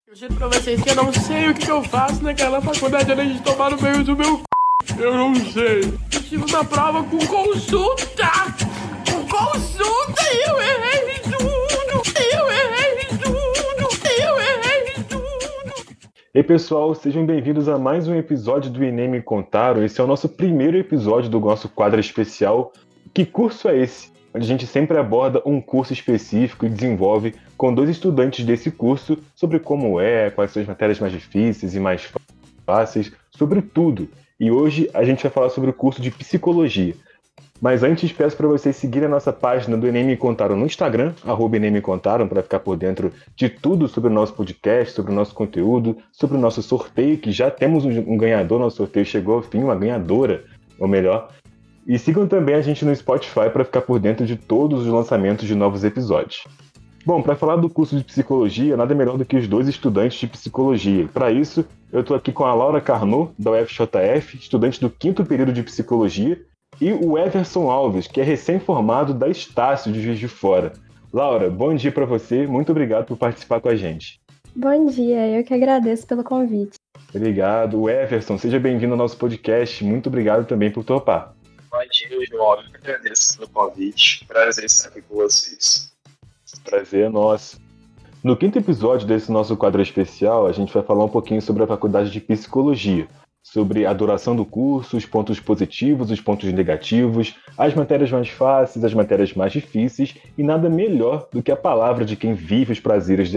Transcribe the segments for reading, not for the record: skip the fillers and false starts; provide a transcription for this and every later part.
Eu juro pra vocês que eu não sei o que eu faço naquela faculdade além de tomar no meio do meu c... Eu não sei. Eu estive na prova com consulta! Com consulta e eu errei tudo! Eu errei tudo! Eu errei tudo! Ei pessoal, sejam bem-vindos a mais um episódio do Enem Me Contaram. Esse é o nosso primeiro episódio do nosso quadro especial Que Curso é Esse? Onde a gente sempre aborda um curso específico e desenvolve com dois estudantes desse curso sobre como é, quais são as matérias mais difíceis e mais fáceis, sobre tudo. E hoje a gente vai falar sobre o curso de Psicologia. Mas antes, peço para vocês seguirem a nossa página do Enem Me Contaram no Instagram, @Enem Me Contaram, para ficar por dentro de tudo sobre o nosso podcast, sobre o nosso conteúdo, sobre o nosso sorteio, que já temos um ganhador, nosso sorteio chegou ao fim, uma ganhadora, ou melhor. E sigam também a gente no Spotify para ficar por dentro de todos os lançamentos de novos episódios. Bom, para falar do curso de Psicologia, nada melhor do que os dois estudantes de Psicologia. Para isso, eu estou aqui com a Laura Carnot, da UFJF, estudante do 5º período de Psicologia, e o Everson Alves, que é recém-formado da Estácio de Juiz de Fora. Laura, bom dia para você, muito obrigado por participar com a gente. Bom dia, eu que agradeço pelo convite. Obrigado. O Everson, seja bem-vindo ao nosso podcast, muito obrigado também por topar. Bom dia, João, eu que agradeço pelo convite, prazer estar aqui com vocês. Prazer é nosso. No 5º episódio desse nosso quadro especial, a gente vai falar um pouquinho sobre a faculdade de Psicologia, sobre a duração do curso, os pontos positivos, os pontos negativos, as matérias mais fáceis, as matérias mais difíceis, e nada melhor do que a palavra de quem vive os prazeres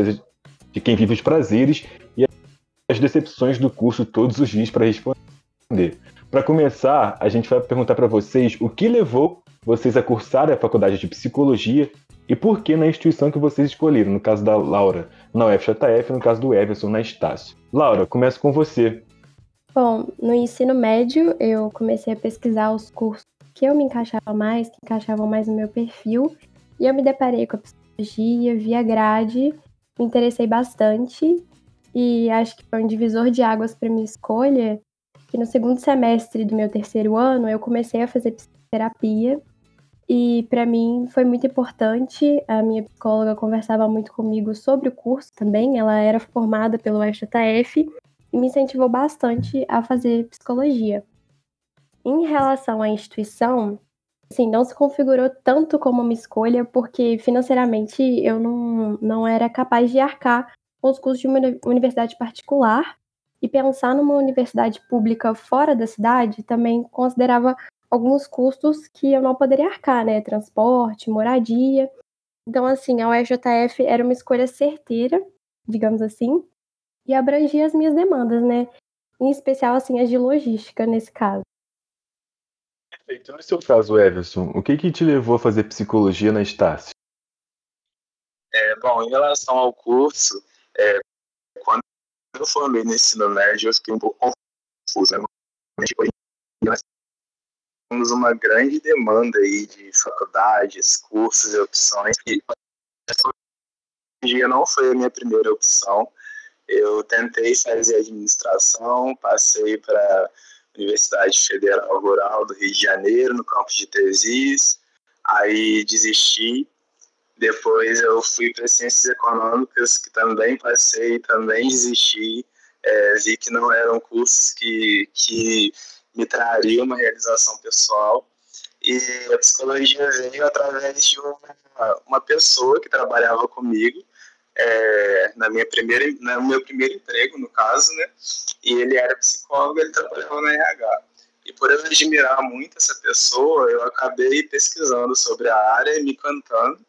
e as decepções do curso todos os dias para responder. Para começar, a gente vai perguntar para vocês o que levou vocês a cursar a faculdade de Psicologia e por que na instituição que vocês escolheram, no caso da Laura, na UFJF, no caso do Everson, na Estácio. Laura, começo com você. Bom, no ensino médio eu comecei a pesquisar os cursos que eu me encaixava mais, que encaixavam mais no meu perfil, e eu me deparei com a psicologia, vi a grade, me interessei bastante, e acho que foi um divisor de águas para minha escolha, que no segundo semestre do meu 3º ano eu comecei a fazer psicoterapia, e para mim foi muito importante. A minha psicóloga conversava muito comigo sobre o curso também, ela era formada pelo UFJF, e me incentivou bastante a fazer psicologia. Em relação à instituição, assim, não se configurou tanto como uma escolha, porque financeiramente eu não era capaz de arcar com os custos de uma universidade particular, e pensar numa universidade pública fora da cidade também considerava alguns custos que eu não poderia arcar, né? Transporte, moradia. Então, assim, a UFJF era uma escolha certeira, digamos assim, e abrangia as minhas demandas, né? Em especial, assim, as de logística, nesse caso. Perfeito. No seu caso, Everson, o que te levou a fazer Psicologia na Estácio? Bom, em relação ao curso, quando eu formei no ensino médio, eu fiquei um pouco confuso, né? Nós temos uma grande demanda aí de faculdades, cursos e opções, e a psicologia não foi a minha primeira opção. Eu tentei fazer administração, passei para a Universidade Federal Rural do Rio de Janeiro, no campus de Tesis, aí desisti. Depois eu fui para Ciências Econômicas, que também passei, também desisti. Vi que não eram cursos que me trariam uma realização pessoal. E a psicologia veio através de uma pessoa que trabalhava comigo, no meu primeiro emprego, no caso, né? E ele era psicólogo, ele trabalhava na RH. E por eu admirar muito essa pessoa, eu acabei pesquisando sobre a área e me encantando,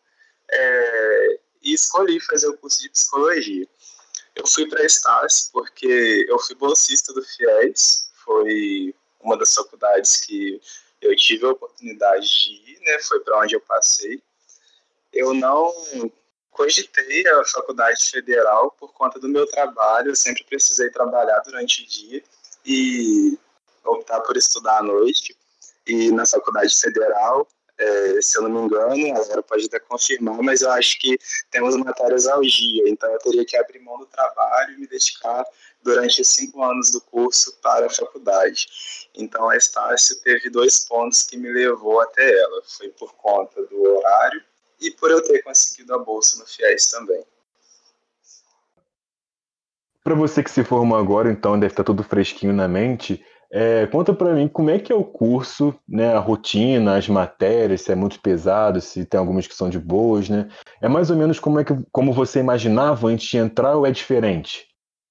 e escolhi fazer o curso de psicologia. Eu fui para a Estácio porque eu fui bolsista do FIES, foi uma das faculdades que eu tive a oportunidade de ir, né? Foi para onde eu passei. Eu não cogitei a faculdade federal por conta do meu trabalho, eu sempre precisei trabalhar durante o dia e optar por estudar à noite. E na faculdade federal, se eu não me engano, a Laura pode até confirmar, mas eu acho que temos matérias ao dia, então eu teria que abrir mão do trabalho e me dedicar durante os 5 anos do curso para a faculdade. Então a Estácio teve 2 pontos que me levou até ela, foi por conta do horário e por eu ter conseguido a bolsa no FIES também. Para você que se formou agora, então deve estar tudo fresquinho na mente. Conta para mim como é que é o curso, né? A rotina, as matérias, se é muito pesado, se tem algumas que são de boas, né? É mais ou menos como você imaginava antes de entrar ou é diferente?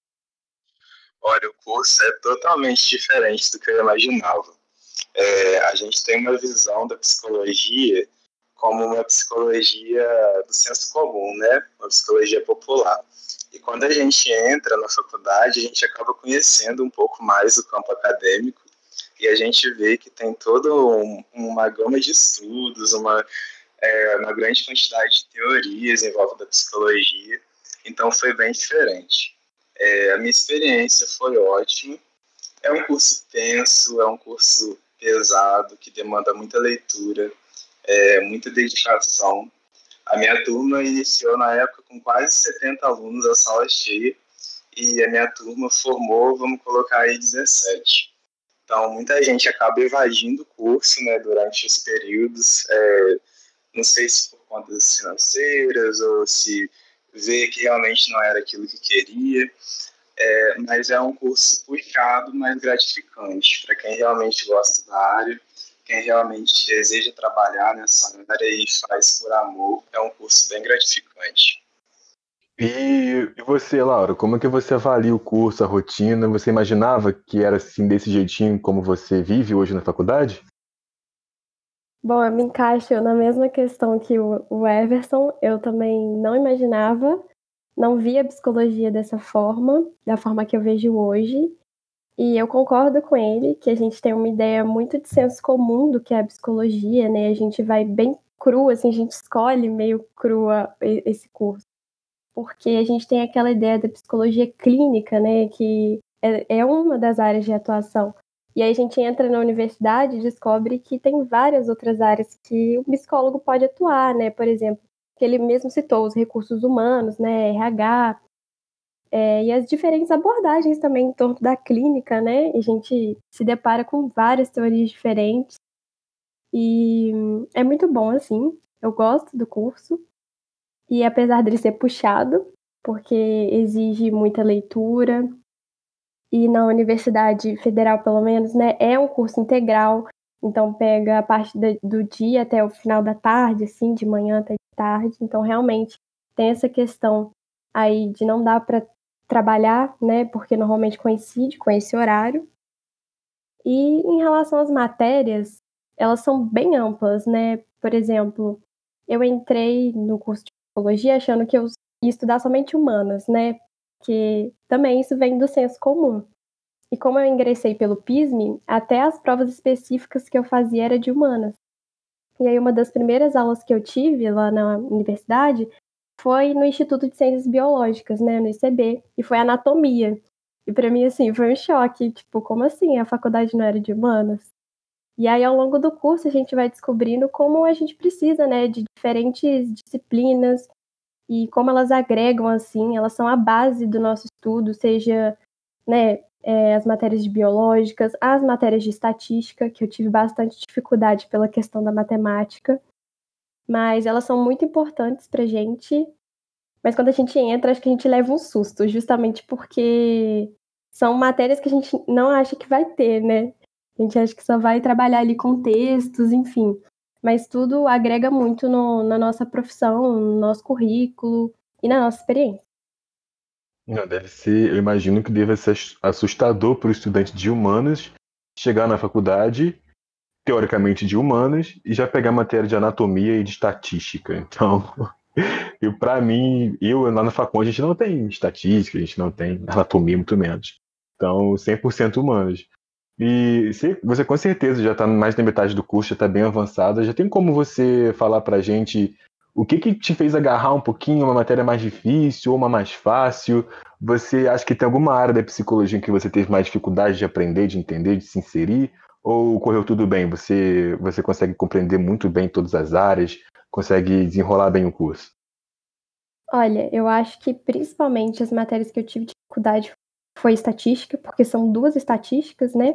Olha, o curso é totalmente diferente do que eu imaginava. A gente tem uma visão da psicologia como uma psicologia do senso comum, né? Uma psicologia popular. E quando a gente entra na faculdade, a gente acaba conhecendo um pouco mais o campo acadêmico e a gente vê que tem toda uma gama de estudos, uma grande quantidade de teorias em volta da psicologia. Então foi bem diferente. A minha experiência foi ótima. É um curso tenso, é um curso pesado, que demanda muita leitura, muita dedicação. A minha turma iniciou na época com quase 70 alunos, a sala cheia, e a minha turma formou, vamos colocar aí, 17. Então, muita gente acaba evadindo o curso, né, durante os períodos, não sei se por contas financeiras ou se vê que realmente não era aquilo que queria. Mas é um curso puxado, mas gratificante para quem realmente gosta da área, quem realmente deseja trabalhar nessa área e faz por amor. É um curso bem gratificante. E você, Laura, como é que você avalia o curso, a rotina? Você imaginava que era assim, desse jeitinho como você vive hoje na faculdade? Bom, eu me encaixo na mesma questão que o Everson. Eu também não imaginava, não via a psicologia dessa forma, da forma que eu vejo hoje. E eu concordo com ele que a gente tem uma ideia muito de senso comum do que é a psicologia, né? A gente vai bem cru, assim, a gente escolhe meio crua esse curso. Porque a gente tem aquela ideia da psicologia clínica, né? Que é uma das áreas de atuação. E aí a gente entra na universidade e descobre que tem várias outras áreas que o psicólogo pode atuar, né? Por exemplo, que ele mesmo citou, os recursos humanos, né? RH, e as diferentes abordagens também em torno da clínica, né? A gente se depara com várias teorias diferentes e é muito bom, assim. Eu gosto do curso e apesar dele ser puxado, porque exige muita leitura e na Universidade Federal, pelo menos, né, é um curso integral, então pega a parte do dia até o final da tarde, assim, de manhã até de tarde. Então, realmente, tem essa questão aí de não dar para trabalhar, né, porque normalmente coincide com esse horário. E em relação às matérias, elas são bem amplas, né? Por exemplo, eu entrei no curso de psicologia achando que eu ia estudar somente humanas, né? Que também isso vem do senso comum. E como eu ingressei pelo PISME, até as provas específicas que eu fazia era de humanas. E aí uma das primeiras aulas que eu tive lá na universidade foi no Instituto de Ciências Biológicas, né, no ICB, e foi anatomia. E para mim, assim, foi um choque, tipo, como assim? A faculdade não era de humanas? E aí, ao longo do curso, a gente vai descobrindo como a gente precisa, né, de diferentes disciplinas e como elas agregam, assim, elas são a base do nosso estudo, seja, né, as matérias de biológicas, as matérias de estatística, que eu tive bastante dificuldade pela questão da matemática, mas elas são muito importantes pra gente. Mas quando a gente entra, acho que a gente leva um susto, justamente porque são matérias que a gente não acha que vai ter, né? A gente acha que só vai trabalhar ali com textos, enfim. Mas tudo agrega muito na nossa profissão, no nosso currículo e na nossa experiência. Não, deve ser, eu imagino que deve ser assustador para o estudante de humanas chegar na faculdade, teoricamente de humanas, e já pegar matéria de anatomia e de estatística. Então, eu para mim, eu lá na facul a gente não tem estatística, a gente não tem anatomia, muito menos. Então, 100% humanas. E você com certeza já está mais da metade do curso, já está bem avançada. Já tem como você falar para a gente o que te fez agarrar um pouquinho, uma matéria mais difícil ou uma mais fácil? Você acha que tem alguma área da psicologia em que você teve mais dificuldade de aprender, de entender, de se inserir? Ou correu tudo bem? Você consegue compreender muito bem todas as áreas, consegue desenrolar bem o curso? Olha, eu acho que principalmente as matérias que eu tive dificuldade foi estatística, porque são duas estatísticas, né?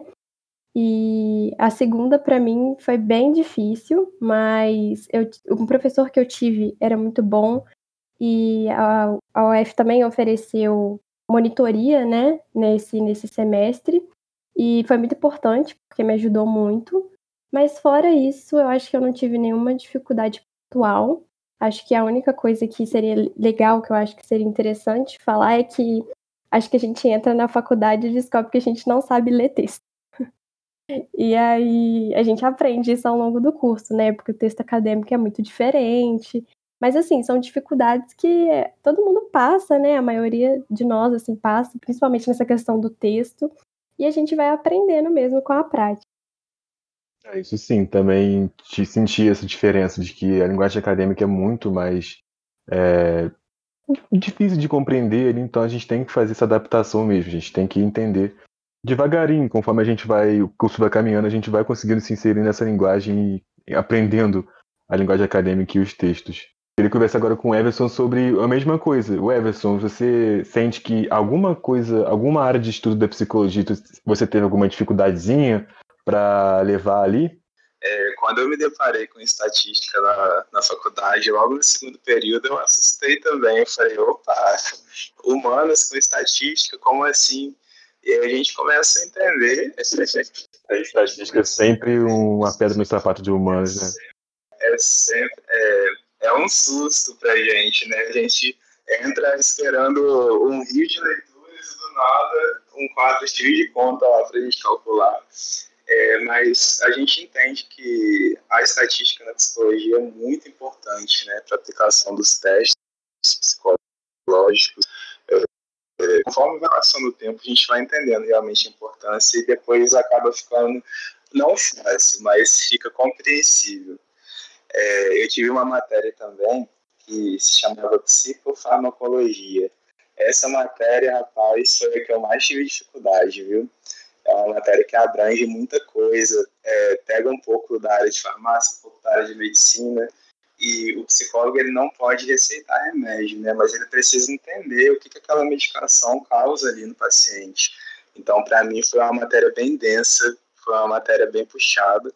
E a segunda, para mim, foi bem difícil, mas o professor que eu tive era muito bom e a UF também ofereceu monitoria, né, nesse semestre, e foi muito importante, porque me ajudou muito. Mas fora isso, eu acho que eu não tive nenhuma dificuldade pontual. Acho que a única coisa que seria legal, que eu acho que seria interessante falar, é que acho que a gente entra na faculdade e descobre que a gente não sabe ler texto. E aí a gente aprende isso ao longo do curso, né? Porque o texto acadêmico é muito diferente. Mas assim, são dificuldades que todo mundo passa, né? A maioria de nós assim passa, principalmente nessa questão do texto, e a gente vai aprendendo mesmo com a prática. Isso sim, também senti essa diferença de que a linguagem acadêmica é muito mais é, difícil de compreender, então a gente tem que fazer essa adaptação mesmo, a gente tem que entender devagarinho, conforme o curso vai caminhando, a gente vai conseguindo se inserir nessa linguagem e aprendendo a linguagem acadêmica e os textos. Queria conversar agora com o Everson sobre a mesma coisa. O Everson, você sente que alguma área de estudo da psicologia, você teve alguma dificuldadezinha para levar ali? Quando eu me deparei com estatística na faculdade, logo no segundo período, eu assustei também. Eu falei, opa, humanas com estatística, como assim? E aí a gente começa a entender. A estatística é sempre uma pedra no sapato de humanos, né? É um susto pra gente, né? A gente entra esperando um rio de leituras e do nada um quadro cheio de conta lá pra gente calcular. Mas a gente entende que a estatística na psicologia é muito importante, né, para a aplicação dos testes psicológicos. Conforme vai passando o tempo, a gente vai entendendo realmente a importância e depois acaba ficando não fácil, mas fica compreensível. Eu tive uma matéria também que se chamava psicofarmacologia. Essa matéria, rapaz, foi a que eu mais tive dificuldade, viu? É uma matéria que abrange muita coisa, pega um pouco da área de farmácia, um pouco da área de medicina, e o psicólogo ele não pode receitar remédio, né? Mas ele precisa entender o que aquela medicação causa ali no paciente. Então, para mim, foi uma matéria bem densa, foi uma matéria bem puxada,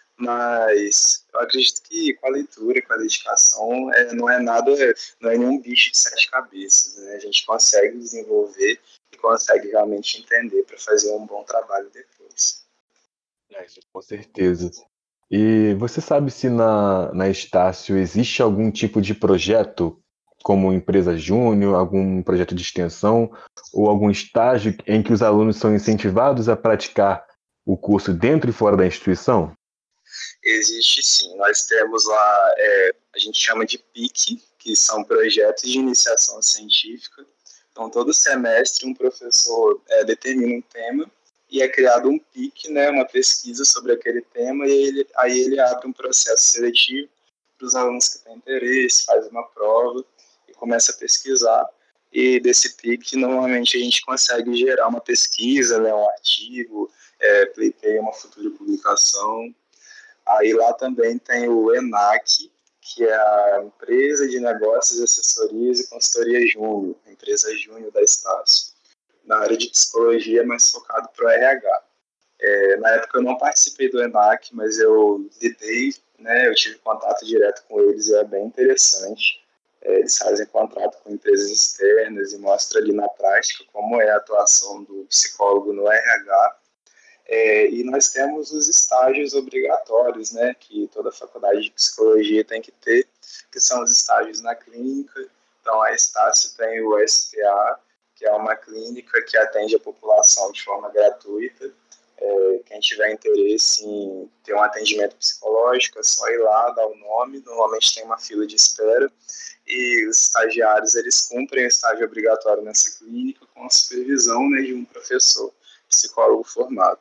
mas eu acredito que com a leitura, com a dedicação, não é nada, não é nenhum bicho de sete cabeças, né? A gente consegue desenvolver e consegue realmente entender para fazer um bom trabalho depois. Isso, com certeza. E você sabe se na Estácio existe algum tipo de projeto, como empresa júnior, algum projeto de extensão, ou algum estágio em que os alunos são incentivados a praticar o curso dentro e fora da instituição? Existe sim. Nós temos lá, a gente chama de PIC, que são projetos de iniciação científica. Então, todo semestre, um professor determina um tema e é criado um PIC, né, uma pesquisa sobre aquele tema, e aí ele abre um processo seletivo para os alunos que têm interesse, faz uma prova e começa a pesquisar. E desse PIC, normalmente, a gente consegue gerar uma pesquisa, né, um artigo, pleiteia uma futura publicação. Aí lá também tem o ENAC, que é a Empresa de Negócios, Assessorias e Consultoria Júnior, empresa júnior da Estácio. Na área de psicologia, mais focado para o RH. Na época eu não participei do ENAC, mas eu lidei, né, eu tive contato direto com eles e é bem interessante. Eles fazem contrato com empresas externas e mostram ali na prática como é a atuação do psicólogo no RH. E nós temos os estágios obrigatórios, né, que toda faculdade de psicologia tem que ter, que são os estágios na clínica. Então, a Estácio tem o SPA, que é uma clínica que atende a população de forma gratuita. Quem tiver interesse em ter um atendimento psicológico, é só ir lá, dar o nome. Normalmente tem uma fila de espera. E os estagiários, eles cumprem o estágio obrigatório nessa clínica com a supervisão, né, de um professor psicólogo formado.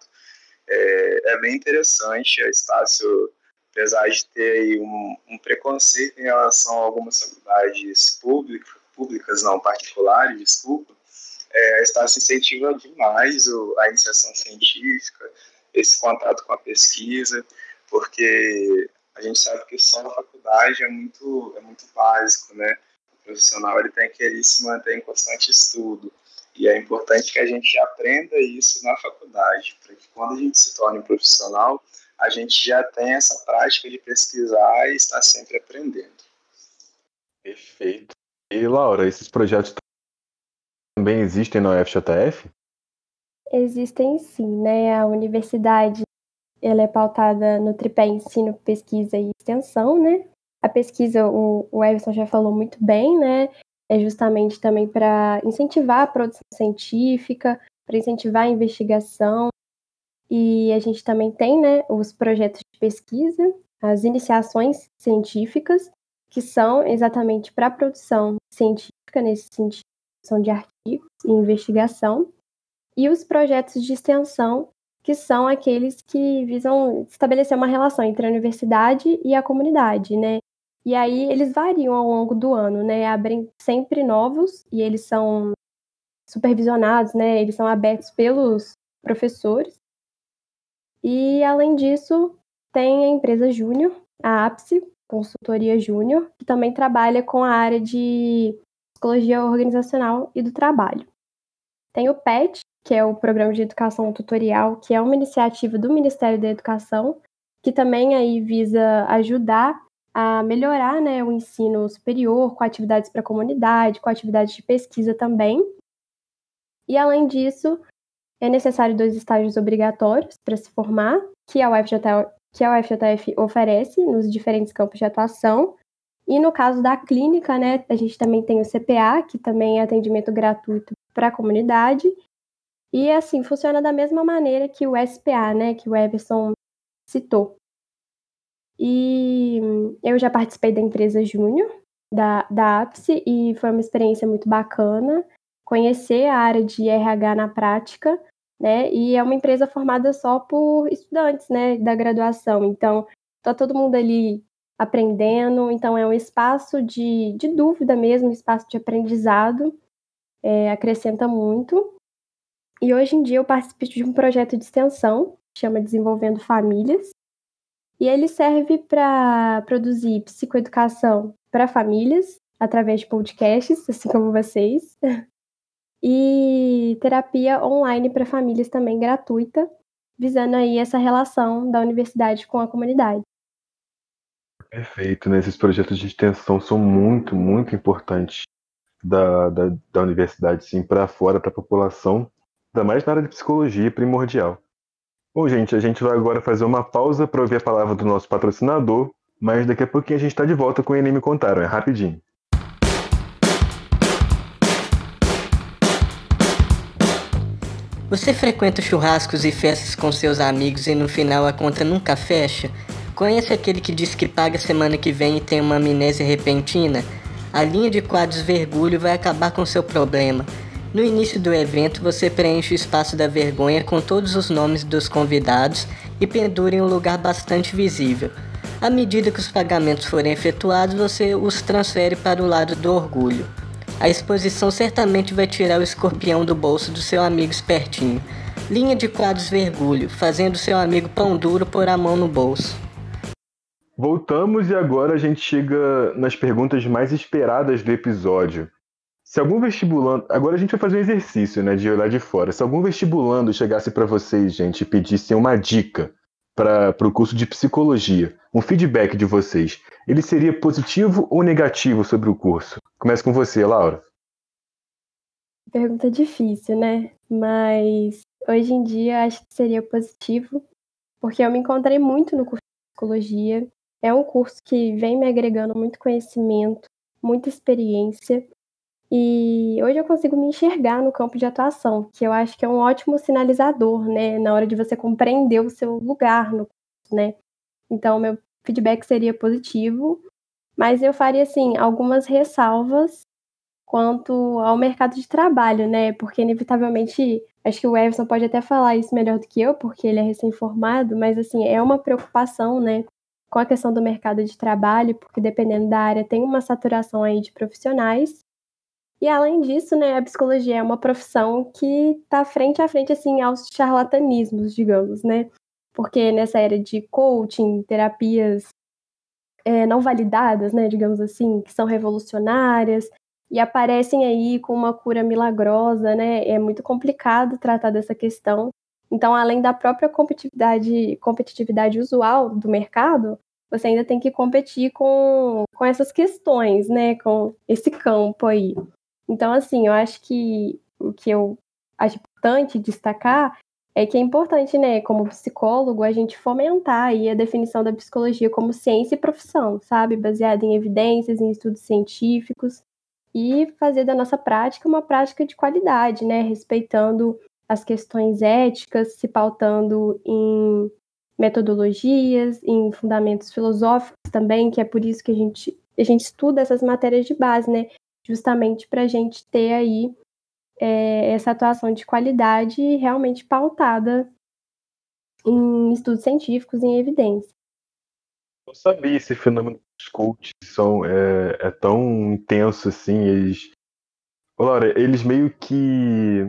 É bem interessante. A Estácio, apesar de ter aí um preconceito em relação a algumas faculdades públicas, não particulares, desculpa, a Estácio incentiva demais a iniciação científica, esse contato com a pesquisa, porque a gente sabe que só a faculdade é muito básico, né? O profissional ele tem que ele se manter em constante estudo. E é importante que a gente aprenda isso na faculdade, para que quando a gente se torne um profissional, a gente já tenha essa prática de pesquisar e estar sempre aprendendo. Perfeito. E, Laura, esses projetos também existem na UFJF? Existem sim, né? A universidade, ela é pautada no tripé ensino, pesquisa e extensão, né? A pesquisa, o Everson já falou muito bem, né? É justamente também para incentivar a produção científica, para incentivar a investigação. E a gente também tem, né, os projetos de pesquisa, as iniciações científicas, que são exatamente para a produção científica, nesse sentido, são de artigos e investigação, e os projetos de extensão, que são aqueles que visam estabelecer uma relação entre a universidade e a comunidade, né? E aí eles variam ao longo do ano, né? Abrem sempre novos e eles são supervisionados, né? Eles são abertos pelos professores. E, além disso, tem a empresa Júnior, a Ápice, Consultoria Júnior, que também trabalha com a área de psicologia organizacional e do trabalho. Tem o PET, que é o Programa de Educação Tutorial, que é uma iniciativa do Ministério da Educação, que também aí visa ajudar a melhorar, né, o ensino superior, com atividades para a comunidade, com atividades de pesquisa também. E, além disso, é necessário 2 estágios obrigatórios para se formar, que a UFJF oferece nos diferentes campos de atuação. E no caso da clínica, né, a gente também tem o CPA, que também é atendimento gratuito para a comunidade. E, assim, funciona da mesma maneira que o SPA, né, que o Everson citou. E eu já participei da empresa Júnior, da Ápice, e foi uma experiência muito bacana conhecer a área de RH na prática, né? E é uma empresa formada só por estudantes, né, da graduação. Então, tá todo mundo ali aprendendo. Então, é um espaço de dúvida mesmo, um espaço de aprendizado, acrescenta muito. E hoje em dia eu participo de um projeto de extensão, que chama Desenvolvendo Famílias, e ele serve para produzir psicoeducação para famílias, através de podcasts, assim como vocês, e terapia online para famílias também gratuita, visando aí essa relação da universidade com a comunidade. Perfeito, né? Esses projetos de extensão são muito, muito importantes da universidade, sim, para fora, para a população, ainda mais na área de psicologia, primordial. Bom, gente, a gente vai agora fazer uma pausa para ouvir a palavra do nosso patrocinador, mas daqui a pouquinho a gente está de volta com o Enem Me Contaram, é rapidinho. Você frequenta churrascos e festas com seus amigos e no final a conta nunca fecha? Conhece aquele que diz que paga semana que vem e tem uma amnésia repentina? A linha de quadros Vergulho vai acabar com seu problema. No início do evento, você preenche o espaço da vergonha com todos os nomes dos convidados e pendura em um lugar bastante visível. À medida que os pagamentos forem efetuados, você os transfere para o lado do orgulho. A exposição certamente vai tirar o escorpião do bolso do seu amigo espertinho. Linha de quadros Vergulho, fazendo seu amigo pão duro pôr a mão no bolso. Voltamos e agora a gente chega nas perguntas mais esperadas do episódio. Se algum vestibulando... Agora a gente vai fazer um exercício, né, de olhar de fora. Se algum vestibulando chegasse para vocês, gente, e pedisse uma dica para o curso de psicologia, um feedback de vocês, ele seria positivo ou negativo sobre o curso? Começa com você, Laura. Pergunta difícil, né? Mas hoje em dia acho que seria positivo, porque eu me encontrei muito no curso de psicologia. É um curso que vem me agregando muito conhecimento, muita experiência. E hoje eu consigo me enxergar no campo de atuação, que eu acho que é um ótimo sinalizador, né? Na hora de você compreender o seu lugar no curso, né? Então, meu feedback seria positivo, mas eu faria, assim, algumas ressalvas quanto ao mercado de trabalho, né? Porque, inevitavelmente, acho que o Everson pode até falar isso melhor do que eu, porque ele é recém-formado, mas, assim, é uma preocupação, né? Com a questão do mercado de trabalho, porque dependendo da área tem uma saturação aí de profissionais. E, além disso, né, a psicologia é uma profissão que está frente a frente, assim, aos charlatanismos, digamos, né? Porque nessa era de coaching, terapias não validadas, né, digamos assim, que são revolucionárias e aparecem aí com uma cura milagrosa, né? É muito complicado tratar dessa questão. Então, além da própria competitividade usual do mercado, você ainda tem que competir com essas questões, né? Com esse campo aí. Então, assim, eu acho que o que eu acho importante destacar é que é importante, né, como psicólogo, a gente fomentar aí a definição da psicologia como ciência e profissão, sabe? Baseada em evidências, em estudos científicos, e fazer da nossa prática uma prática de qualidade, né? Respeitando as questões éticas, se pautando em metodologias, em fundamentos filosóficos também, que é por isso que a gente estuda essas matérias de base, né? Justamente para a gente ter aí essa atuação de qualidade realmente pautada em estudos científicos e em evidência. Eu sabia esse fenômeno dos coaches é tão intenso assim. Laura, eles meio que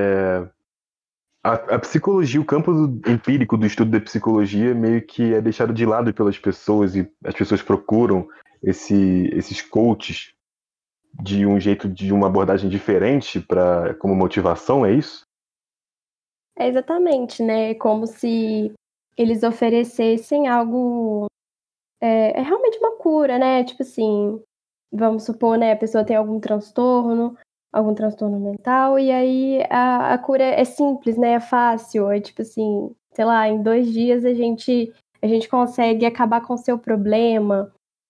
a psicologia, o campo empírico do estudo da psicologia meio que é deixado de lado pelas pessoas e as pessoas procuram esses coaches de um jeito, de uma abordagem diferente como motivação, é isso? É exatamente, né? Como se eles oferecessem algo... É realmente uma cura, né? Tipo assim, vamos supor, né? A pessoa tem algum transtorno mental, e aí a cura é simples, né? É fácil. É tipo assim, sei lá, em 2 dias a gente consegue acabar com o seu problema,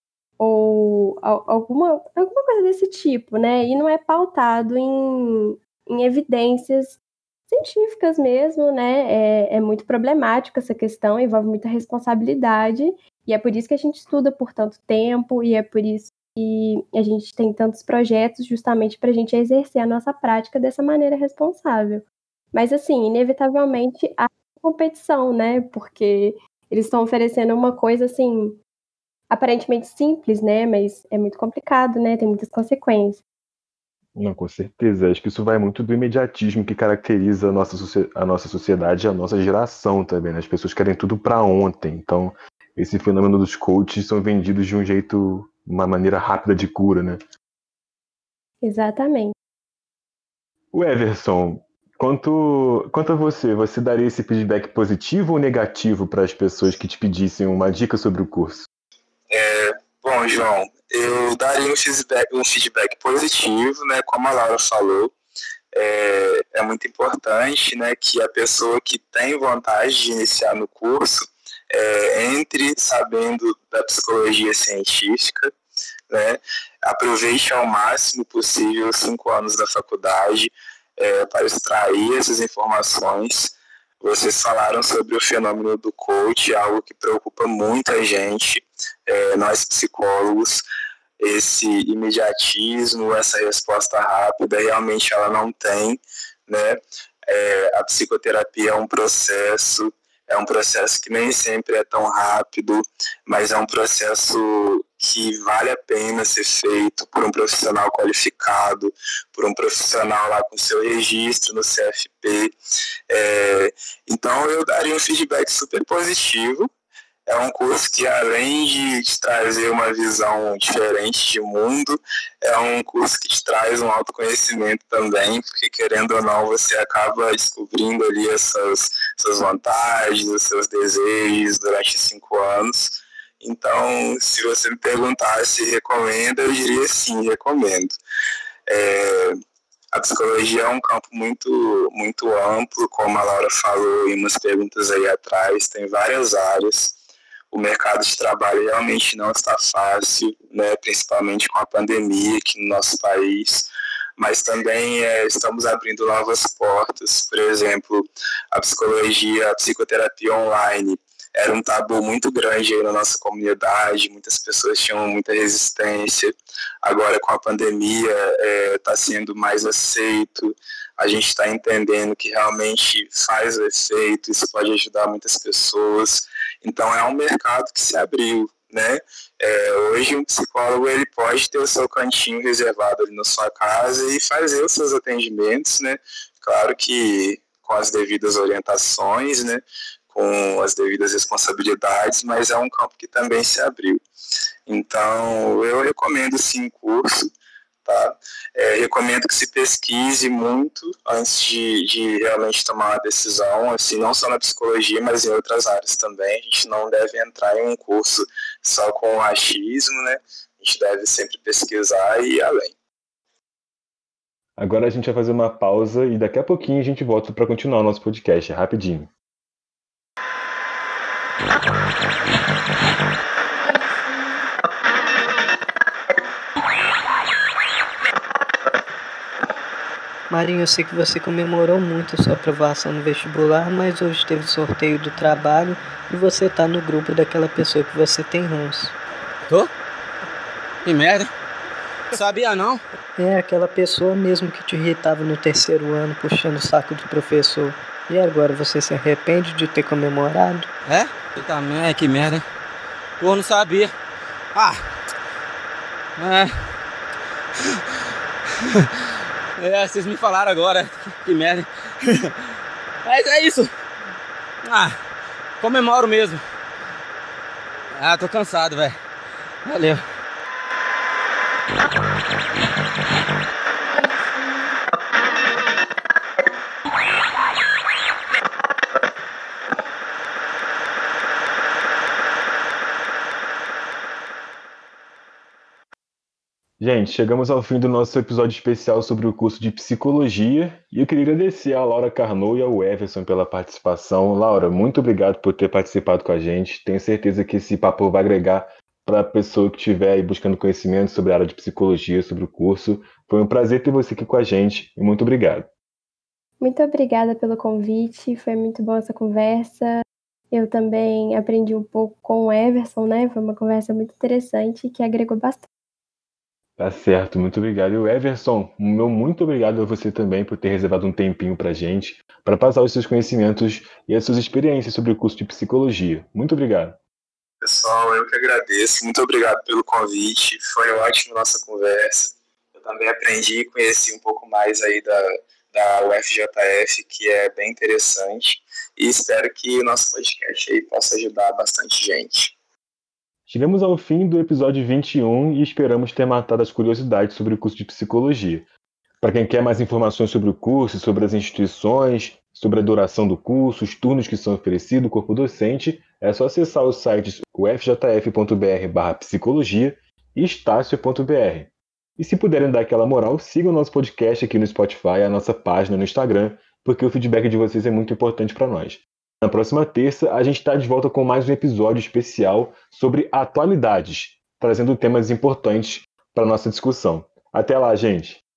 ou alguma coisa desse tipo, né? E não é pautado em evidências científicas mesmo, né? É muito problemático essa questão, envolve muita responsabilidade, e é por isso que a gente estuda por tanto tempo, e é por isso que a gente tem tantos projetos, justamente para a gente exercer a nossa prática dessa maneira responsável. Mas, assim, inevitavelmente há competição, né? Porque eles estão oferecendo uma coisa, assim, aparentemente simples, né? Mas é muito complicado, né? Tem muitas consequências. Não, com certeza. Acho que isso vai muito do imediatismo que caracteriza a nossa sociedade e a nossa geração também, né? As pessoas querem tudo para ontem. Então, esse fenômeno dos coaches são vendidos de um jeito, uma maneira rápida de cura, né? Exatamente. O Everson, quanto a você daria esse feedback positivo ou negativo para as pessoas que te pedissem uma dica sobre o curso? Bom, João, eu daria um feedback positivo, né? Como a Laura falou, é muito importante, né, que a pessoa que tem vontade de iniciar no curso entre sabendo da psicologia científica, né? Aproveite ao máximo possível os 5 anos da faculdade para extrair essas informações. Vocês falaram sobre o fenômeno do coach, algo que preocupa muita gente, nós psicólogos. Esse imediatismo, essa resposta rápida, realmente ela não tem, né? A psicoterapia é um processo que nem sempre é tão rápido, mas é um processo que vale a pena ser feito por um profissional qualificado, por um profissional lá com seu registro no CFP. Então eu daria um feedback super positivo. É um curso que, além de te trazer uma visão diferente de mundo, é um curso que te traz um autoconhecimento também, porque, querendo ou não, você acaba descobrindo ali essas vontades, os seus desejos durante 5 anos. Então, se você me perguntasse se recomenda, eu diria sim, recomendo. A psicologia é um campo muito, muito amplo, como a Laura falou em umas perguntas aí atrás, tem várias áreas. O mercado de trabalho realmente não está fácil, né, principalmente com a pandemia aqui no nosso país, mas também estamos abrindo novas portas. Por exemplo, a psicoterapia online era um tabu muito grande aí na nossa comunidade, muitas pessoas tinham muita resistência. Agora, com a pandemia, está sendo mais aceito, a gente está entendendo que realmente faz o efeito, isso pode ajudar muitas pessoas. Então, é um mercado que se abriu, né? Hoje, um psicólogo ele pode ter o seu cantinho reservado ali na sua casa e fazer os seus atendimentos, né? Claro que com as devidas orientações, né? Com as devidas responsabilidades, mas é um campo que também se abriu. Então, eu recomendo sim o curso, tá? Recomendo que se pesquise muito antes de realmente tomar uma decisão, assim, não só na psicologia, mas em outras áreas também. A gente não deve entrar em um curso só com achismo, né? A gente deve sempre pesquisar e ir além. Agora a gente vai fazer uma pausa e daqui a pouquinho a gente volta para continuar o nosso podcast, rapidinho. Marinho, eu sei que você comemorou muito a sua aprovação no vestibular, mas hoje teve sorteio do trabalho e você tá no grupo daquela pessoa que você tem ranço. Tô? Que merda. Sabia não? É aquela pessoa mesmo que te irritava no terceiro ano, puxando o saco do professor. E agora, você se arrepende de ter comemorado? É? Também, que merda, hein? Pô, não sabia. Ah! Vocês me falaram agora. Que merda. Mas é isso. Comemoro mesmo. Tô cansado, velho. Valeu. Gente, chegamos ao fim do nosso episódio especial sobre o curso de Psicologia e eu queria agradecer a Laura Carnot e ao Everson pela participação. Laura, muito obrigado por ter participado com a gente. Tenho certeza que esse papo vai agregar para a pessoa que estiver aí buscando conhecimento sobre a área de Psicologia, sobre o curso. Foi um prazer ter você aqui com a gente e muito obrigado. Muito obrigada pelo convite, foi muito boa essa conversa. Eu também aprendi um pouco com o Everson, né? Foi uma conversa muito interessante que agregou bastante. Tá certo, muito obrigado. E o Everson, meu muito obrigado a você também por ter reservado um tempinho pra gente, para passar os seus conhecimentos e as suas experiências sobre o curso de Psicologia. Muito obrigado. Pessoal, eu que agradeço. Muito obrigado pelo convite. Foi ótima nossa conversa. Eu também aprendi e conheci um pouco mais aí da UFJF, que é bem interessante. E espero que o nosso podcast aí possa ajudar bastante gente. Chegamos ao fim do episódio 21 e esperamos ter matado as curiosidades sobre o curso de Psicologia. Para quem quer mais informações sobre o curso, sobre as instituições, sobre a duração do curso, os turnos que são oferecidos, o corpo docente, é só acessar os sites ufjf.br/psicologia e estácio.br. E se puderem dar aquela moral, sigam o nosso podcast aqui no Spotify, a nossa página no Instagram, porque o feedback de vocês é muito importante para nós. Na próxima terça, a gente está de volta com mais um episódio especial sobre atualidades, trazendo temas importantes para a nossa discussão. Até lá, gente!